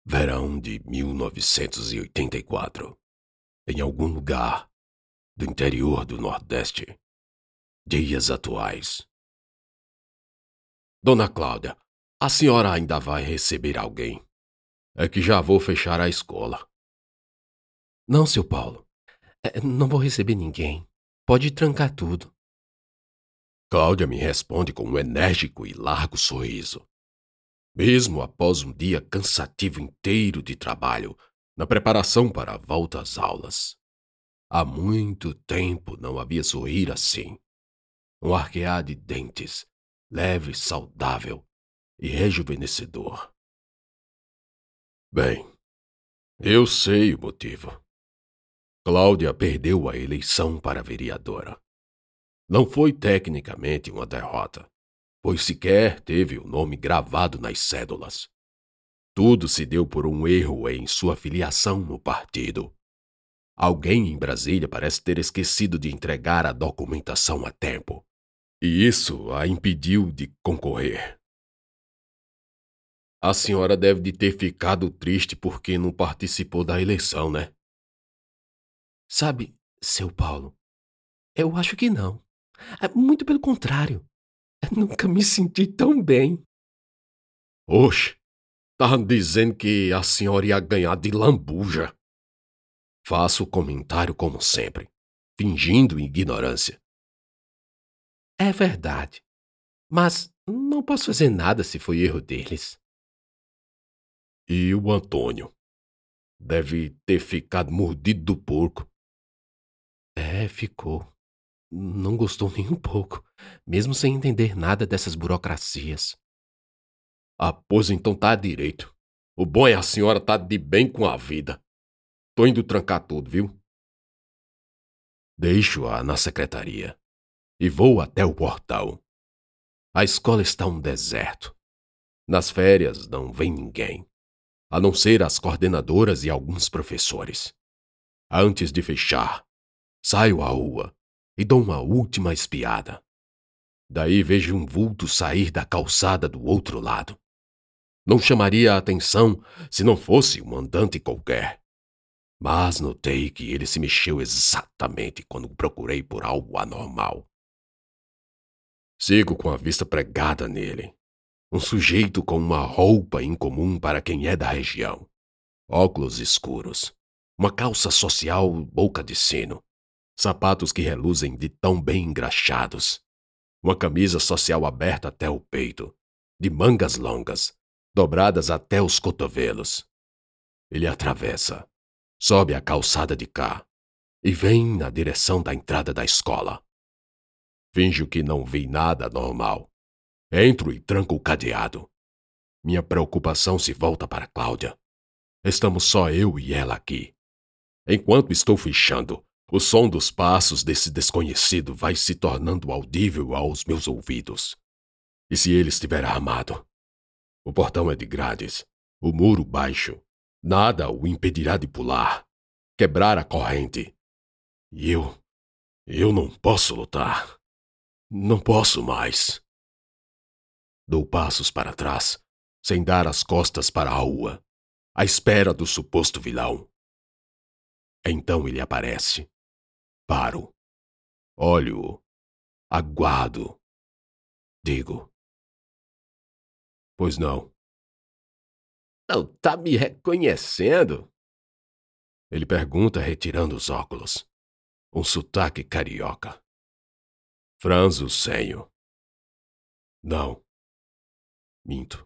Verão de 1984. Em algum lugar do interior do Nordeste. Dias atuais. Dona Cláudia, a senhora ainda vai receber alguém. É que já vou fechar a escola. Não, seu Paulo. Não vou receber ninguém. Pode trancar tudo. Cláudia me responde com um enérgico e largo sorriso. Mesmo após um dia cansativo inteiro de trabalho, na preparação para a volta às aulas. Há muito tempo não havia sorrir assim. Um arquear de dentes, leve, saudável e rejuvenescedor. Bem, eu sei o motivo. Cláudia perdeu a eleição para vereadora. Não foi tecnicamente uma derrota, pois sequer teve o nome gravado nas cédulas. Tudo se deu por um erro em sua filiação no partido. Alguém em Brasília parece ter esquecido de entregar a documentação a tempo. E isso a impediu de concorrer. A senhora deve de ter ficado triste porque não participou da eleição, né? Sabe, seu Paulo, eu acho que não. Muito pelo contrário. Nunca me senti tão bem. Oxe, estavam dizendo que a senhora ia ganhar de lambuja. Faço o comentário como sempre, fingindo ignorância. É verdade. Mas não posso fazer nada se foi erro deles. E o Antônio? Deve ter ficado mordido do porco. Ficou. Não gostou nem um pouco, mesmo sem entender nada dessas burocracias. Ah, pois então tá direito. O bom é a senhora tá de bem com a vida. Tô indo trancar tudo, viu? Deixo-a na secretaria e vou até o portal. A escola está um deserto. Nas férias não vem ninguém, a não ser as coordenadoras e alguns professores. Antes de fechar, saio à rua e dou uma última espiada. Daí vejo um vulto sair da calçada do outro lado. Não chamaria a atenção se não fosse um andante qualquer. Mas notei que ele se mexeu exatamente quando procurei por algo anormal. Sigo com a vista pregada nele. Um sujeito com uma roupa incomum para quem é da região. Óculos escuros. Uma calça social boca de sino. Sapatos que reluzem de tão bem engraxados. Uma camisa social aberta até o peito. De mangas longas. Dobradas até os cotovelos. Ele atravessa. Sobe a calçada de cá. E vem na direção da entrada da escola. Finjo que não vi nada anormal. Entro e tranco o cadeado. Minha preocupação se volta para Cláudia. Estamos só eu e ela aqui. Enquanto estou fechando, o som dos passos desse desconhecido vai se tornando audível aos meus ouvidos. E se ele estiver armado? O portão é de grades, o muro baixo. Nada o impedirá de pular, quebrar a corrente. E eu não posso lutar. Não posso mais. Dou passos para trás, sem dar as costas para a rua, à espera do suposto vilão. Então ele aparece. Paro. Olho-o. Aguardo. Digo: pois não. Não tá me reconhecendo? Ele pergunta, retirando os óculos. Um sotaque carioca. Franzo o senho. Não. Minto.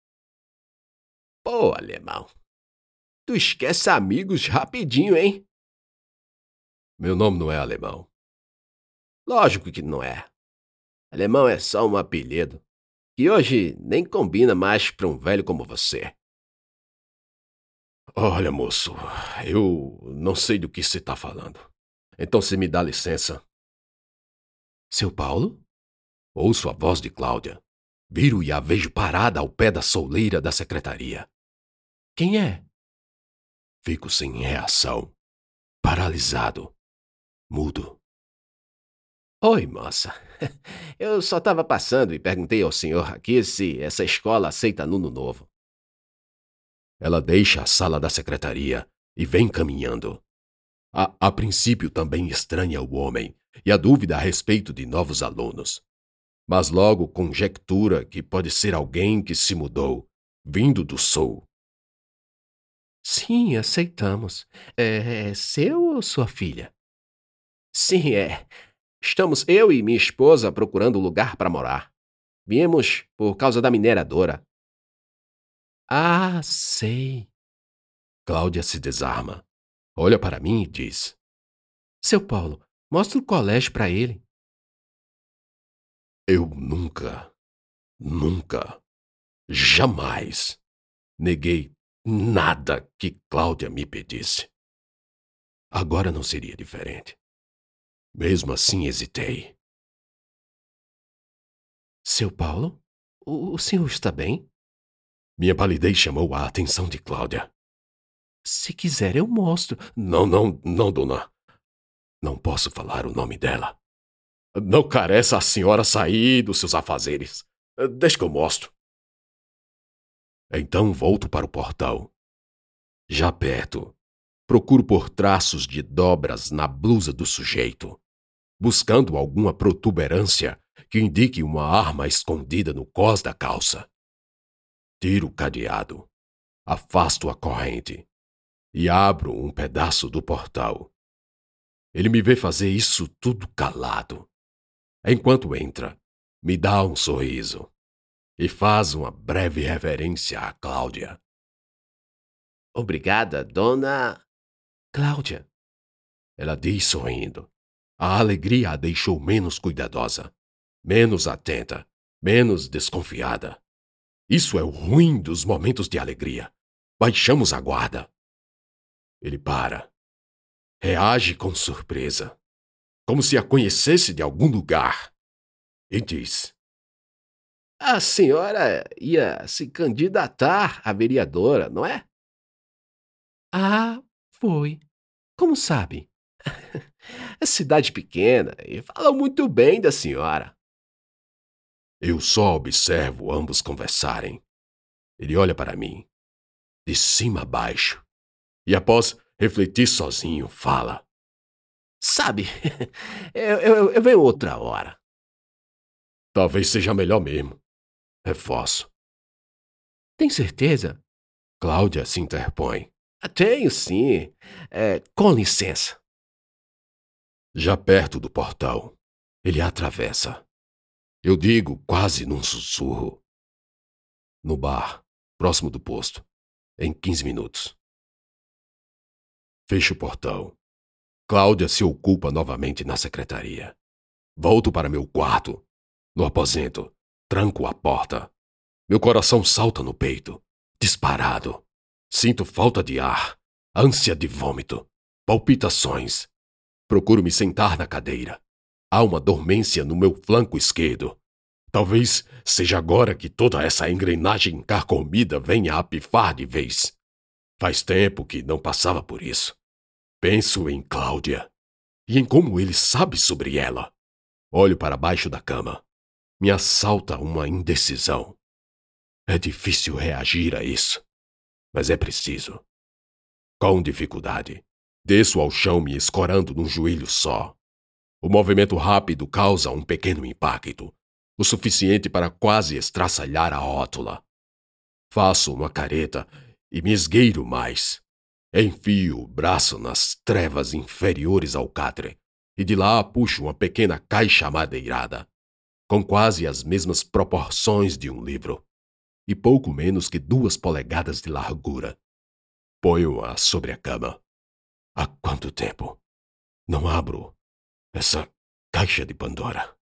Pô, alemão. Tu esquece amigos rapidinho, hein? Meu nome não é alemão. Lógico que não é. Alemão é só um apelido, que hoje nem combina mais pra um velho como você. Olha, moço, eu não sei do que você está falando. Então, se me dá licença. Seu Paulo? Ouço a voz de Cláudia. Viro e a vejo parada ao pé da soleira da secretaria. Quem é? Fico sem reação. Paralisado. Mudo. Oi, moça. Eu só tava passando e perguntei ao senhor aqui se essa escola aceita aluno novo. Ela deixa a sala da secretaria e vem caminhando. A princípio também estranha o homem e a dúvida a respeito de novos alunos. Mas logo conjectura que pode ser alguém que se mudou, vindo do sul. Sim, aceitamos. É seu ou sua filha? Sim, é. Estamos eu e minha esposa procurando lugar para morar. Viemos por causa da mineradora. Ah, sei. Cláudia se desarma. Olha para mim e diz: Seu Paulo, mostra o colégio para ele. Eu nunca, jamais neguei nada que Cláudia me pedisse. Agora não seria diferente. Mesmo assim, hesitei. Seu Paulo, o senhor está bem? Minha palidez chamou a atenção de Cláudia. Se quiser, eu mostro. Não, não, não, dona. Não posso falar o nome dela. Não carece a senhora sair dos seus afazeres. Deixa que eu mostro. Então volto para o portal. Já perto, procuro por traços de dobras na blusa do sujeito, buscando alguma protuberância que indique uma arma escondida no cós da calça. Tiro o cadeado, afasto a corrente e abro um pedaço do portal. Ele me vê fazer isso tudo calado. Enquanto entra, me dá um sorriso e faz uma breve reverência a Cláudia. Obrigada, dona Cláudia. Ela diz sorrindo. A alegria a deixou menos cuidadosa, menos atenta, menos desconfiada. Isso é o ruim dos momentos de alegria. Baixamos a guarda. Ele para. Reage com surpresa, como se a conhecesse de algum lugar, e diz: A senhora ia se candidatar a vereadora, não é? Ah, foi. Como sabe? É cidade pequena e falam muito bem da senhora. Eu só observo ambos conversarem. Ele olha para mim, de cima a baixo, e após refletir sozinho, fala: Sabe, eu venho outra hora. Talvez seja melhor mesmo. Reforço. Tem certeza? Cláudia se interpõe. Tenho sim. Com licença. Já perto do portal, ele atravessa. Eu digo quase num sussurro: No bar, próximo do posto, em 15 minutos. Fecho o portão. Cláudia se ocupa novamente na secretaria. Volto para meu quarto. No aposento, tranco a porta. Meu coração salta no peito, disparado. Sinto falta de ar, ânsia de vômito, palpitações. Procuro me sentar na cadeira. Há uma dormência no meu flanco esquerdo. Talvez seja agora que toda essa engrenagem carcomida venha a pifar de vez. Faz tempo que não passava por isso. Penso em Cláudia e em como ele sabe sobre ela. Olho para baixo da cama. Me assalta uma indecisão. É difícil reagir a isso, mas é preciso. Com dificuldade, desço ao chão me escorando num joelho só. O movimento rápido causa um pequeno impacto, o suficiente para quase estraçalhar a rótula. Faço uma careta e me esgueiro mais. Enfio o braço nas trevas inferiores ao catre e de lá puxo uma pequena caixa madeirada, com quase as mesmas proporções de um livro, e pouco menos que 2 polegadas de largura. Ponho-a sobre a cama. Há quanto tempo não abro essa caixa de Pandora?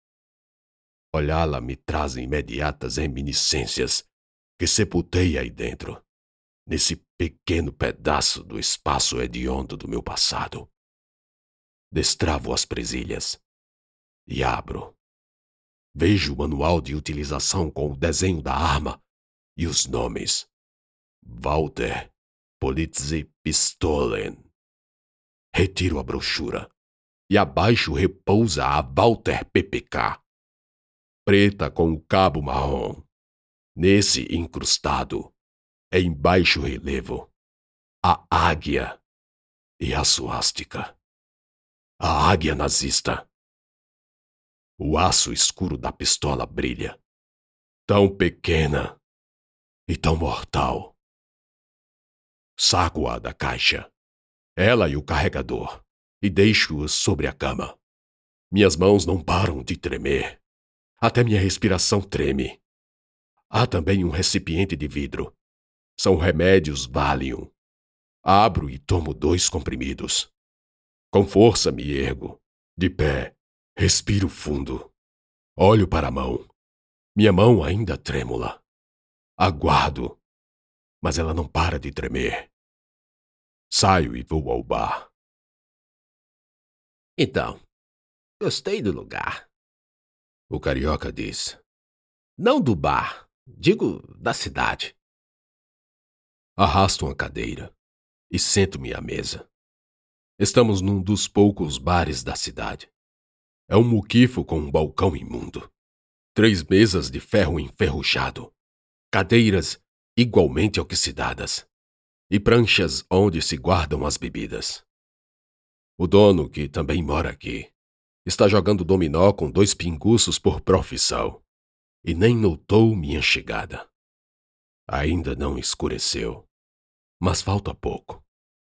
Olhá-la me traz imediatas reminiscências que sepultei aí dentro, nesse pequeno pedaço do espaço hediondo do meu passado. Destravo as presilhas e abro. Vejo o manual de utilização com o desenho da arma e os nomes. Walter Polizzi Pistolen. Retiro a brochura e abaixo repousa a Walter PPK, preta com o cabo marrom. Nesse incrustado, em baixo relevo, a águia e a suástica. A águia nazista. O aço escuro da pistola brilha, tão pequena e tão mortal. Saco-a da caixa, ela e o carregador, e deixo-os sobre a cama. Minhas mãos não param de tremer. Até minha respiração treme. Há também um recipiente de vidro. São remédios Valium. Abro e tomo 2 comprimidos. Com força me ergo. De pé, respiro fundo. Olho para a mão. Minha mão ainda trêmula. Aguardo, mas ela não para de tremer. Saio e vou ao bar. Então, gostei do lugar. O carioca diz. Não do bar, digo da cidade. Arrasto uma cadeira e sento-me à mesa. Estamos num dos poucos bares da cidade. É um muquifo com um balcão imundo. 3 mesas de ferro enferrujado. Cadeiras igualmente oxidadas. E pranchas onde se guardam as bebidas. O dono, que também mora aqui, está jogando dominó com 2 pinguços por profissão. E nem notou minha chegada. Ainda não escureceu, mas falta pouco.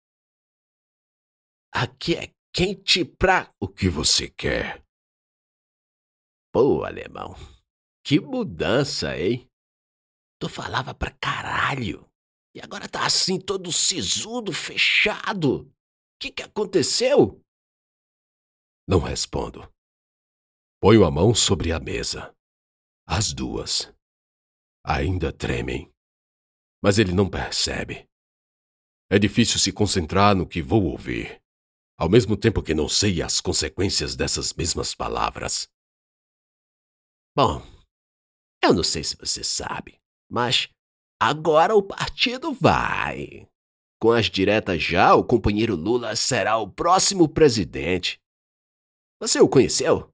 Aqui é quente pra... O que você quer? Pô, alemão, que mudança, hein? Tu falava pra caralho. E agora tá assim todo sisudo, fechado. Que aconteceu? Não respondo. Ponho a mão sobre a mesa. As 2. Ainda tremem. Mas ele não percebe. É difícil se concentrar no que vou ouvir, ao mesmo tempo que não sei as consequências dessas mesmas palavras. Bom, eu não sei se você sabe, mas agora o partido vai. Com as diretas já, o companheiro Lula será o próximo presidente. Você o conheceu?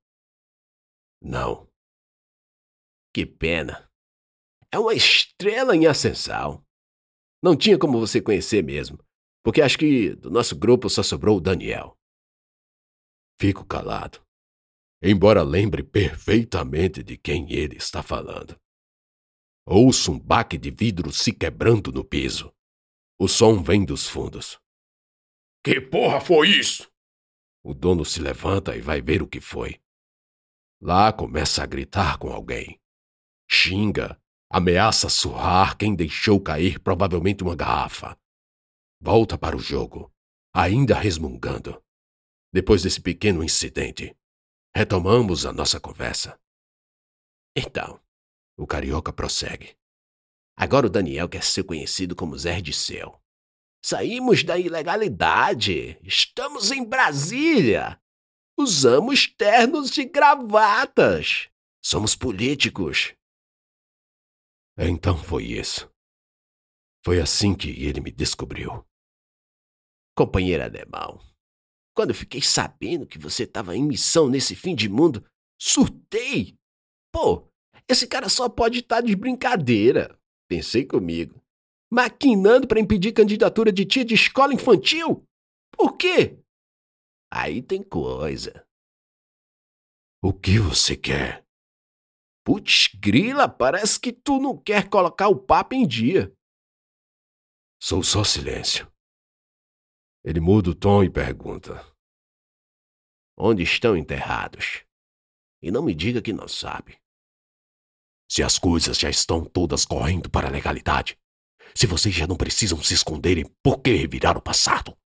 Não. Que pena. É uma estrela em ascensão. Não tinha como você conhecer mesmo, porque acho que do nosso grupo só sobrou o Daniel. Fico calado, embora lembre perfeitamente de quem ele está falando. Ouço um baque de vidro se quebrando no piso. O som vem dos fundos. Que porra foi isso? O dono se levanta e vai ver o que foi. Lá começa a gritar com alguém. Xinga, ameaça surrar quem deixou cair provavelmente uma garrafa. Volta para o jogo, ainda resmungando. Depois desse pequeno incidente, retomamos a nossa conversa. Então, O carioca prossegue. agora o Daniel quer ser conhecido como Zé Disseu. Saímos da ilegalidade. Estamos em Brasília. Usamos ternos e gravatas. Somos políticos. Então foi isso. Foi assim que ele me descobriu. Companheiro alemão, quando eu fiquei sabendo que você estava em missão nesse fim de mundo, surtei. Pô, esse cara só pode estar de brincadeira. Pensei comigo. Maquinando para impedir candidatura de tia de escola infantil? Por quê? Aí tem coisa. O que você quer? Putz, grila, parece que tu não quer colocar o papo em dia. Sou só silêncio. Ele muda o tom e pergunta. Onde estão enterrados? E não me diga que não sabe. Se as coisas já estão todas correndo para a legalidade, se vocês já não precisam se esconderem, por que revirar o passado?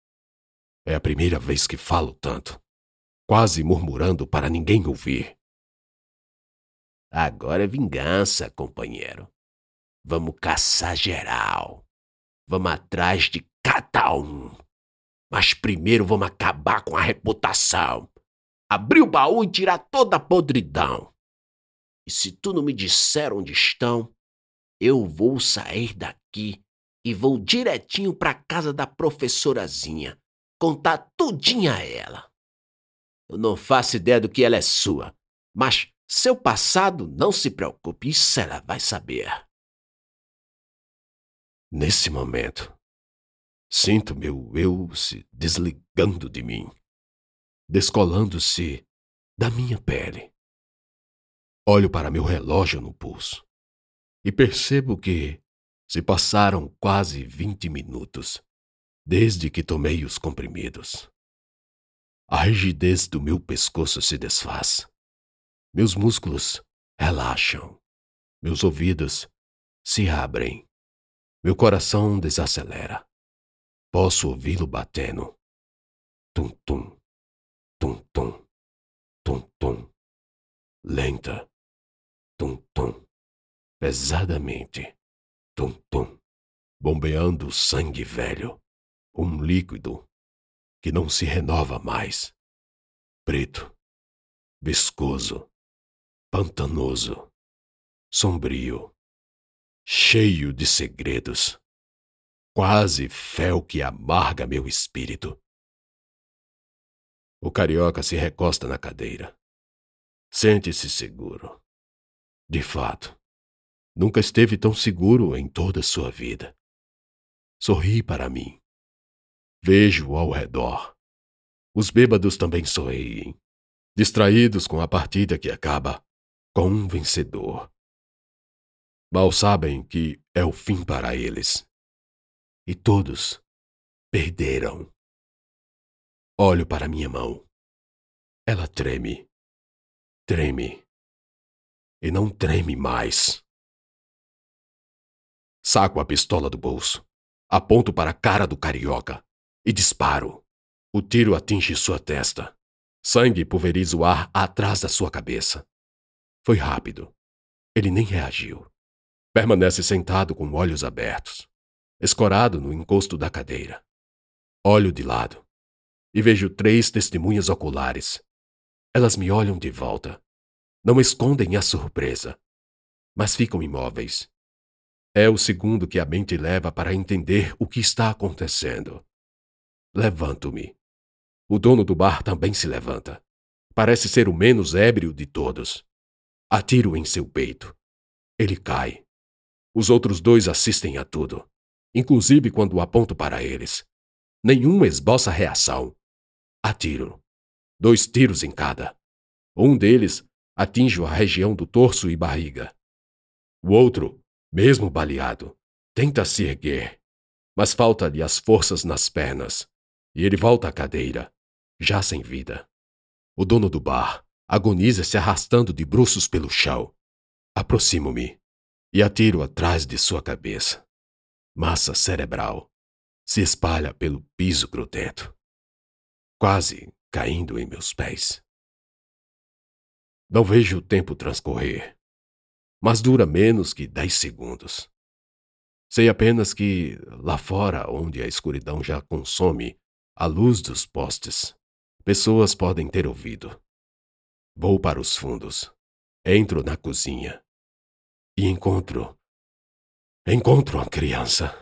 É a primeira vez que falo tanto, quase murmurando para ninguém ouvir. Agora é vingança, companheiro. Vamos caçar geral. Vamos atrás de cada um. Mas primeiro vamos acabar com a reputação. Abrir o baú e tirar toda a podridão. E se tu não me disser onde estão, eu vou sair daqui e vou direitinho pra casa da professorazinha, contar tudinho a ela. Eu não faço ideia do que ela é sua, mas seu passado, não se preocupe, isso ela vai saber. Nesse momento, sinto meu eu se desligando de mim, descolando-se da minha pele. Olho para meu relógio no pulso e percebo que se passaram quase 20 minutos desde que tomei os comprimidos. A rigidez do meu pescoço se desfaz. Meus músculos relaxam. Meus ouvidos se abrem. Meu coração desacelera. Posso ouvi-lo batendo. Tum-tum, tum-tum, tum-tum. Lenta. Tum-tum. Pesadamente. Tum-tum. Bombeando sangue velho. Um líquido que não se renova mais. Preto. Viscoso. Pantanoso. Sombrio. Cheio de segredos. Quase fel que amarga meu espírito. O carioca se recosta na cadeira. Sente-se seguro. De fato, nunca esteve tão seguro em toda sua vida. Sorri para mim. Vejo ao redor. Os bêbados também sorriem, distraídos com a partida que acaba com um vencedor. Mal sabem que é o fim para eles. E todos perderam. Olho para minha mão. Ela treme. Treme. E não treme mais. Saco a pistola do bolso. Aponto para a cara do carioca e disparo. O tiro atinge sua testa. Sangue pulveriza o ar atrás da sua cabeça. Foi rápido. Ele nem reagiu. Permanece sentado com olhos abertos, escorado no encosto da cadeira. Olho de lado e vejo 3 testemunhas oculares. Elas me olham de volta. Não escondem a surpresa, mas ficam imóveis. É o segundo que a mente leva para entender o que está acontecendo. Levanto-me. O dono do bar também se levanta. Parece ser o menos ébrio de todos. Atiro em seu peito. Ele cai. Os outros 2 assistem a tudo, inclusive quando aponto para eles. Nenhum esboça reação. Atiro. 2 tiros em cada. Um deles atinge a região do torso e barriga. O outro, mesmo baleado, tenta se erguer, mas falta-lhe as forças nas pernas, e ele volta à cadeira, já sem vida. O dono do bar agoniza se arrastando de bruços pelo chão. Aproximo-me e atiro atrás de sua cabeça. Massa cerebral se espalha pelo piso grudento, quase caindo em meus pés. Não vejo o tempo transcorrer, mas dura menos que 10 segundos. Sei apenas que, lá fora, onde a escuridão já consome a luz dos postes, pessoas podem ter ouvido. Vou para os fundos, entro na cozinha e encontro a criança.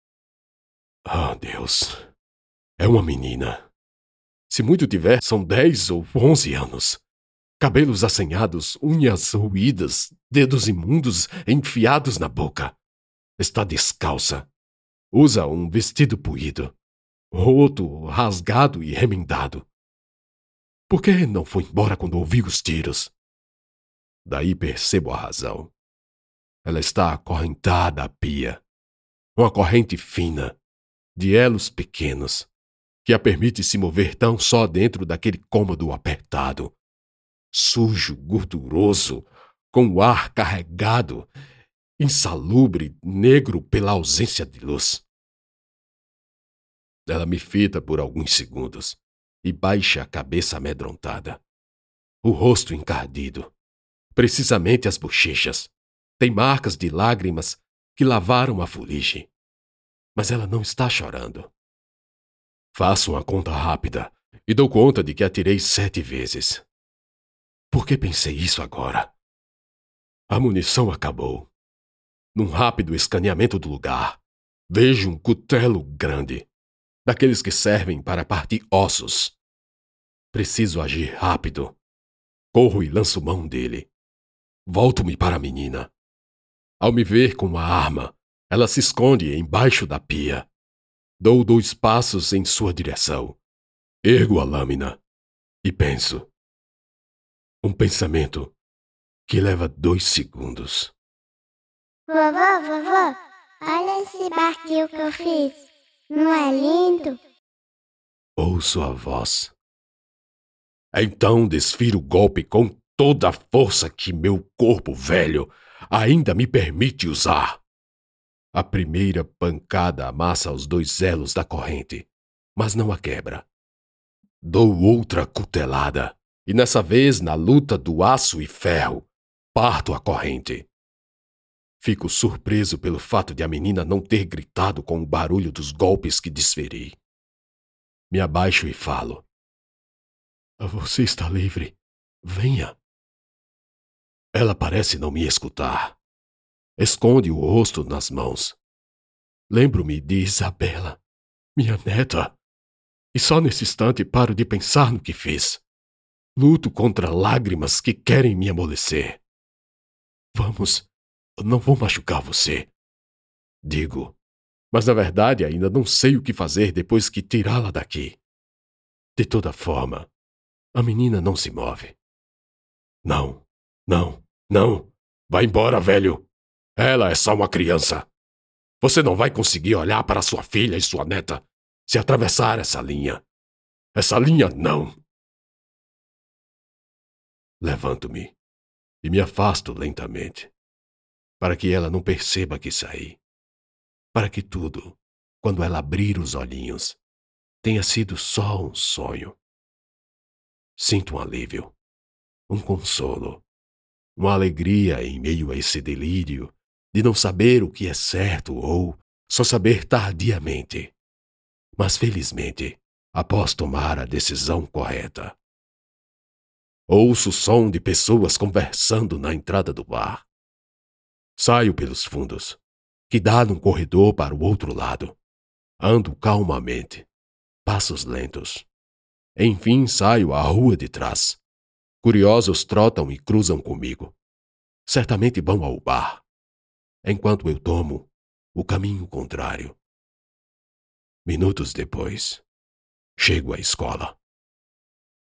Ah, Deus, é uma menina. Se muito tiver, são 10 ou 11 anos. Cabelos assanhados, unhas roídas, dedos imundos enfiados na boca. Está descalça. Usa um vestido puído, roto, rasgado e remendado. Por que não foi embora quando ouvi os tiros? Daí percebo a razão. Ela está acorrentada à pia. Uma corrente fina, de elos pequenos, que a permite se mover tão só dentro daquele cômodo apertado, sujo, gorduroso, com o ar carregado, insalubre, negro pela ausência de luz. Ela me fita por alguns segundos e baixa a cabeça amedrontada. O rosto encardido, precisamente as bochechas, tem marcas de lágrimas que lavaram a fuligem. Mas ela não está chorando. Faço uma conta rápida e dou conta de que atirei 7 vezes. Por que pensei isso agora? A munição acabou. Num rápido escaneamento do lugar, vejo um cutelo grande, daqueles que servem para partir ossos. Preciso agir rápido. Corro e lanço mão dele. Volto-me para a menina. Ao me ver com a arma, Ela se esconde embaixo da pia. Dou 2 passos em sua direção. Ergo a lâmina e penso. Um pensamento que leva 2 segundos. Vovó, olha esse barquinho que eu fiz. Não é lindo? Ouço a voz. Então desfiro o golpe com toda a força que meu corpo velho ainda me permite usar. A primeira pancada amassa os 2 elos da corrente, mas não a quebra. Dou outra cutelada, e nessa vez, na luta do aço e ferro, parto a corrente. Fico surpreso pelo fato de a menina não ter gritado com o barulho dos golpes que desferi. Me abaixo e falo. Você está livre. Venha. Ela parece não me escutar. Esconde o rosto nas mãos. Lembro-me de Isabela, minha neta, e só nesse instante paro de pensar no que fiz. Luto contra lágrimas que querem me amolecer. Vamos, não vou machucar você. Digo, mas na verdade ainda não sei o que fazer depois que tirá-la daqui. De toda forma, a menina não se move. Não, não. Vai embora, velho. Ela é só uma criança. Você não vai conseguir olhar para sua filha e sua neta se atravessar essa linha. Essa linha não. Levanto-me e me afasto lentamente, para que ela não perceba que saí. Para que tudo, quando ela abrir os olhinhos, tenha sido só um sonho. Sinto um alívio, um consolo, uma alegria em meio a esse delírio de não saber o que é certo ou só saber tardiamente. Mas felizmente, após tomar a decisão correta. Ouço o som de pessoas conversando na entrada do bar. Saio pelos fundos, que dá num corredor para o outro lado. Ando calmamente, passos lentos. Enfim saio à rua de trás. Curiosos trotam e cruzam comigo. Certamente vão ao bar, enquanto eu tomo o caminho contrário. Minutos depois, chego à escola.